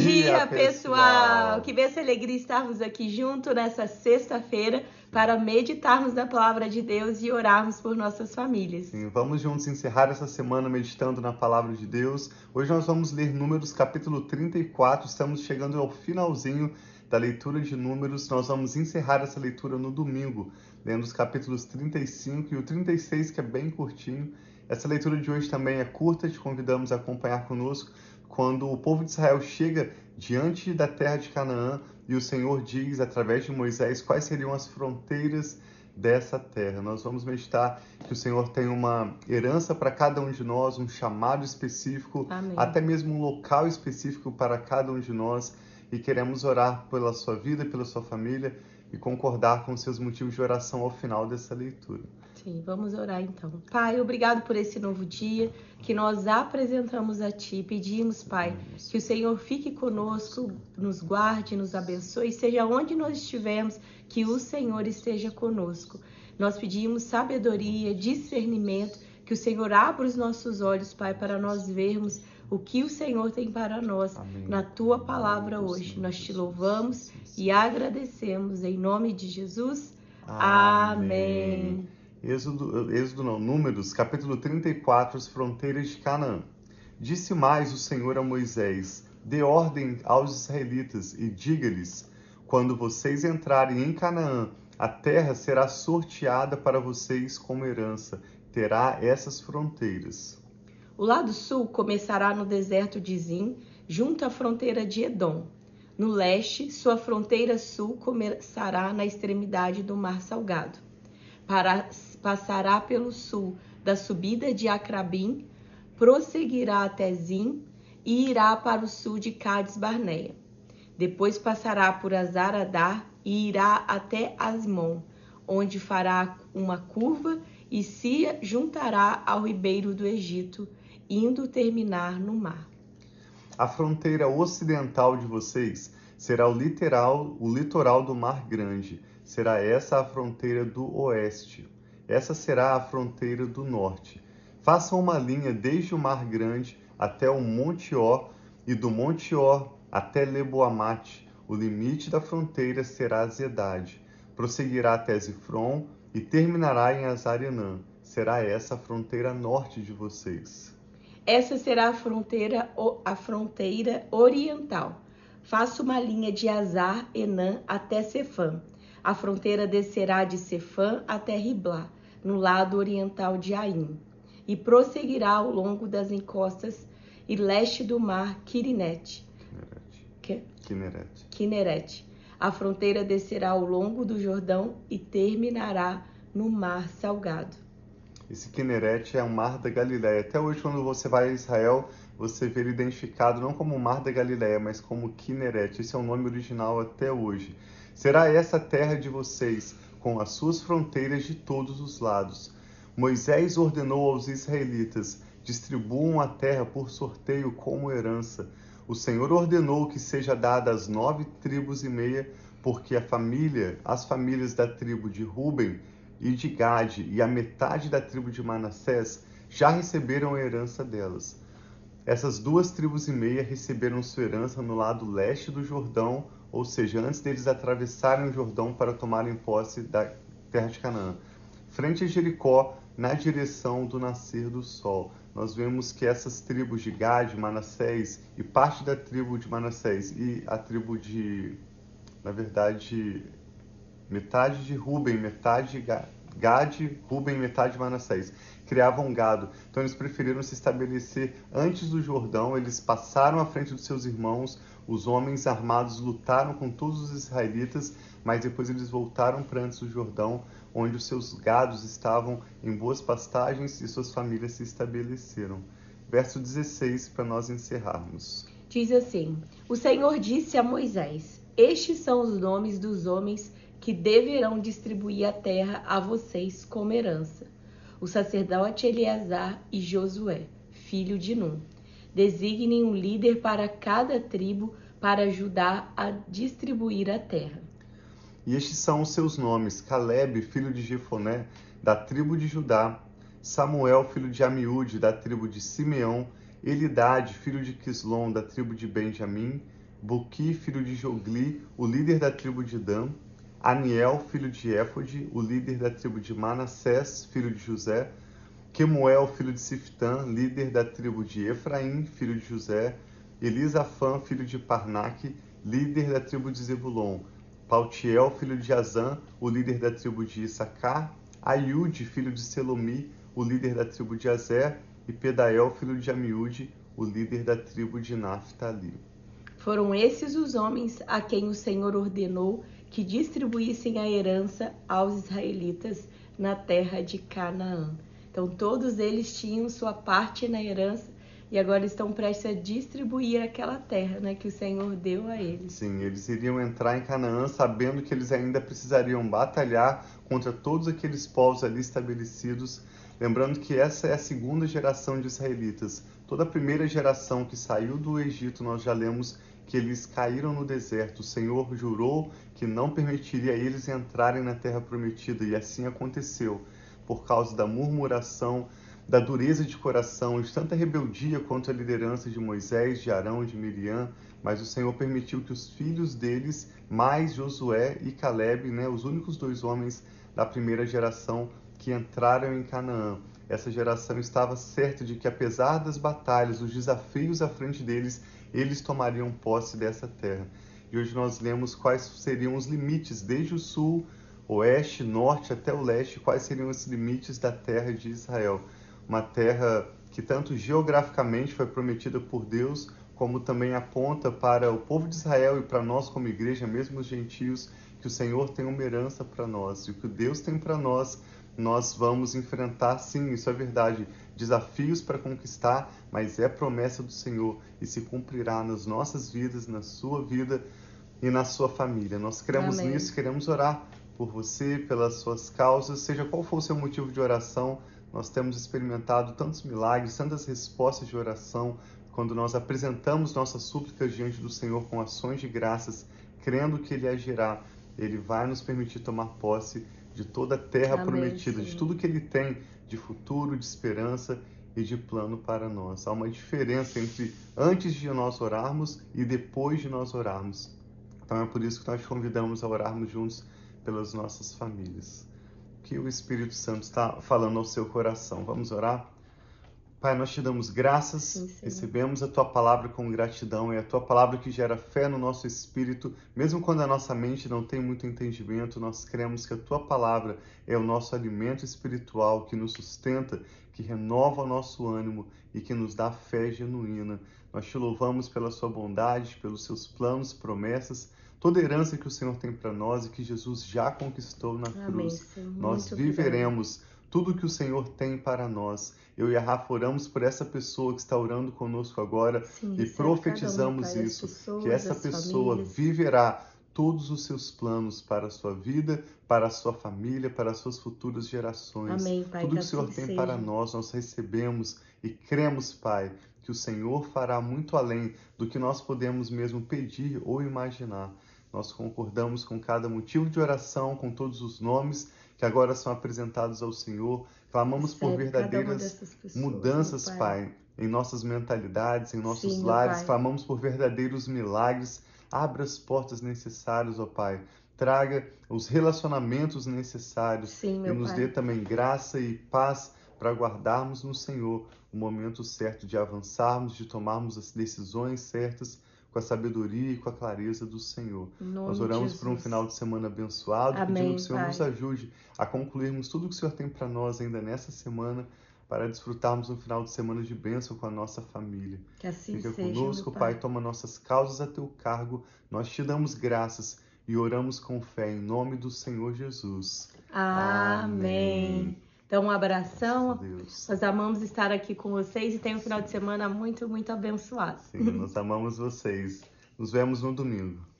dia, pessoal! Que benção e alegria estarmos aqui junto nessa sexta-feira para meditarmos na palavra de Deus e orarmos por nossas famílias. Sim, vamos juntos encerrar essa semana meditando na palavra de Deus. Hoje nós vamos ler Números capítulo 34, estamos chegando ao finalzinho da leitura de Números. Nós vamos encerrar essa leitura no domingo, lendo os capítulos 35 e o 36, que é bem curtinho. Essa leitura de hoje também é curta, te convidamos a acompanhar conosco. Quando o povo de Israel chega diante da terra de Canaã e o Senhor diz, através de Moisés, quais seriam as fronteiras dessa terra. Nós vamos meditar que o Senhor tem uma herança para cada um de nós, um chamado específico, Amém. Até mesmo um local específico para cada um de nós. E queremos orar pela sua vida, pela sua família e concordar com os seus motivos de oração ao final dessa leitura. Sim, vamos orar então. Pai, obrigado por esse novo dia que nós apresentamos a Ti. Pedimos, Pai, que o Senhor fique conosco, nos guarde, nos abençoe, seja onde nós estivermos, que o Senhor esteja conosco. Nós pedimos sabedoria, discernimento, que o Senhor abra os nossos olhos, Pai, para nós vermos o que o Senhor tem para nós. Amém. Na Tua palavra hoje. Nós Te louvamos e agradecemos em nome de Jesus. Amém. Números, capítulo 34, as fronteiras de Canaã. Disse mais o Senhor a Moisés: dê ordem aos israelitas e diga-lhes: quando vocês entrarem em Canaã, a terra será sorteada para vocês como herança, terá essas fronteiras. O lado sul começará no deserto de Zin, junto à fronteira de Edom. No leste, sua fronteira sul começará na extremidade do Mar Salgado. Passará pelo sul da subida de Acrabim, prosseguirá até Zin e irá para o sul de Cades Barneia. Depois passará por Azaradá e irá até Asmon, onde fará uma curva e se juntará ao ribeiro do Egito, indo terminar no mar. A fronteira ocidental de vocês será o litoral do Mar Grande. Será essa a fronteira do oeste. Essa será a fronteira do norte. Façam uma linha desde o Mar Grande até o Monte Or e do Monte Or até Leboamate. O limite da fronteira será Zedade. Prosseguirá até Zifron e terminará em Azarenã. Será essa a fronteira norte de vocês. Essa será a fronteira oriental. Faça uma linha de Azar-Enã até Sefã. A fronteira descerá de Sefã até Riblá, no lado oriental de Aim, e prosseguirá ao longo das encostas e leste do mar Quinerete. A fronteira descerá ao longo do Jordão e terminará no Mar Salgado. Esse Quinerete é o Mar da Galileia. Até hoje, quando você vai a Israel, você vê ele identificado não como Mar da Galileia, mas como Quinerete. Esse é o nome original até hoje. Será essa a terra de vocês, com as suas fronteiras de todos os lados. Moisés ordenou aos israelitas: distribuam a terra por sorteio como herança. O Senhor ordenou que seja dada às 9 tribos e meia, porque as famílias da tribo de Ruben e de Gade e a metade da tribo de Manassés já receberam a herança delas. Essas 2 tribos e meia receberam sua herança no lado leste do Jordão, ou seja, antes deles atravessarem o Jordão para tomarem posse da terra de Canaã, frente a Jericó, na direção do nascer do sol. Nós vemos que essas tribos de Gade, Manassés e parte da tribo de Manassés e a tribo de, metade de Ruben, metade de Gade, Ruben e metade de Manassés, criavam gado. Então eles preferiram se estabelecer antes do Jordão, eles passaram à frente dos seus irmãos, os homens armados lutaram com todos os israelitas, mas depois eles voltaram para antes do Jordão, onde os seus gados estavam em boas pastagens e suas famílias se estabeleceram. Verso 16, para nós encerrarmos. Diz assim: o Senhor disse a Moisés: estes são os nomes dos homens que deverão distribuir a terra a vocês como herança. O sacerdote Eleazar e Josué, filho de Num. Designem um líder para cada tribo para ajudar a distribuir a terra. E estes são os seus nomes: Caleb, filho de Jefoné, da tribo de Judá; Samuel, filho de Amiúde, da tribo de Simeão; Elidade, filho de Quislom, da tribo de Benjamim; Buqui, filho de Jogli, o líder da tribo de Dan, Aniel, filho de Éfode, o líder da tribo de Manassés, filho de José, Quemuel, filho de Siftã, líder da tribo de Efraim, filho de José, Elisafã, filho de Parnaque, líder da tribo de Zebulon, Paltiel, filho de Azã, o líder da tribo de Issacar, Aiude, filho de Selomi, o líder da tribo de Azer, e Pedael, filho de Amiúde, o líder da tribo de Naftali. Foram esses os homens a quem o Senhor ordenou que distribuíssem a herança aos israelitas na terra de Canaã. Então todos eles tinham sua parte na herança e agora estão prestes a distribuir aquela terra, né, que o Senhor deu a eles. Sim, eles iriam entrar em Canaã sabendo que eles ainda precisariam batalhar contra todos aqueles povos ali estabelecidos. Lembrando que essa é a segunda geração de israelitas. Toda a primeira geração que saiu do Egito, nós já lemos que eles caíram no deserto. O Senhor jurou que não permitiria eles entrarem na terra prometida, e assim aconteceu, por causa da murmuração, da dureza de coração, de tanta rebeldia contra a liderança de Moisés, de Arão, de Miriam. Mas o Senhor permitiu que os filhos deles, mais Josué e Caleb, né, os únicos dois homens da primeira geração que entraram em Canaã. Essa geração estava certa de que, apesar das batalhas, dos desafios à frente deles, eles tomariam posse dessa terra. E hoje nós lemos quais seriam os limites, desde o sul, oeste, norte até o leste, quais seriam os limites da terra de Israel. Uma terra que tanto geograficamente foi prometida por Deus, como também aponta para o povo de Israel e para nós como igreja, mesmo os gentios, que o Senhor tem uma herança para nós. E o que Deus tem para nós, nós vamos enfrentar, sim, isso é verdade, desafios para conquistar, mas é promessa do Senhor e se cumprirá nas nossas vidas, na sua vida e na sua família. Nós cremos Amém. nisso, queremos orar por você, pelas suas causas, seja qual for o seu motivo de oração. Nós temos experimentado tantos milagres, tantas respostas de oração, quando nós apresentamos nossas súplicas diante do Senhor com ações de graças, crendo que Ele agirá. Ele vai nos permitir tomar posse de toda a terra Amém, prometida, de Senhor. tudo que Ele tem de futuro, de esperança e de plano para nós. Há uma diferença entre antes de nós orarmos e depois de nós orarmos. Então é por isso que nós te convidamos a orarmos juntos pelas nossas famílias. Que o Espírito Santo está falando ao seu coração. Vamos orar? Pai, nós te damos graças, Sim, recebemos a Tua palavra com gratidão, é a Tua palavra que gera fé no nosso espírito, mesmo quando a nossa mente não tem muito entendimento, nós cremos que a Tua palavra é o nosso alimento espiritual que nos sustenta, que renova o nosso ânimo e que nos dá fé genuína. Nós te louvamos pela Sua bondade, pelos Seus planos, promessas, toda a herança que o Senhor tem para nós e que Jesus já conquistou na cruz. Senhor. Nós Muito viveremos tudo que o Senhor tem para nós. Eu e a Rafa oramos por essa pessoa que está orando conosco agora. Sim, E profetizamos Pai, isso, pessoas, que essa pessoa famílias. viverá todos os seus planos para a sua vida, para a sua família, para as suas futuras gerações. Amém, Pai, Tudo que o assim Senhor tem seja. para nós recebemos e cremos, Pai, que o Senhor fará muito além do que nós podemos mesmo pedir ou imaginar. Nós concordamos com cada motivo de oração, com todos os nomes que agora são apresentados ao Senhor. Clamamos por verdadeiras mudanças, Pai, em nossas mentalidades, em nossos Sim, lares. Pai. Clamamos por verdadeiros milagres. Abra as portas necessárias, ó Pai. Traga os relacionamentos necessários. Sim, e nos Pai. dê também graça e paz para guardarmos no Senhor o momento certo de avançarmos, de tomarmos as decisões certas, com a sabedoria e com a clareza do Senhor. Nós oramos por um final de semana abençoado, Amém, pedindo que o Senhor Pai. nos ajude a concluirmos tudo que o Senhor tem para nós ainda nessa semana, para desfrutarmos um final de semana de bênção com a nossa família. Que assim Fica seja, conosco, meu Pai, toma nossas causas a teu cargo, nós te damos graças e oramos com fé em nome do Senhor Jesus. Amém. Então, um abração. Deus. Nós amamos estar aqui com vocês e tenha um final de semana muito, muito abençoado. Sim, nós amamos vocês. Nos vemos no domingo.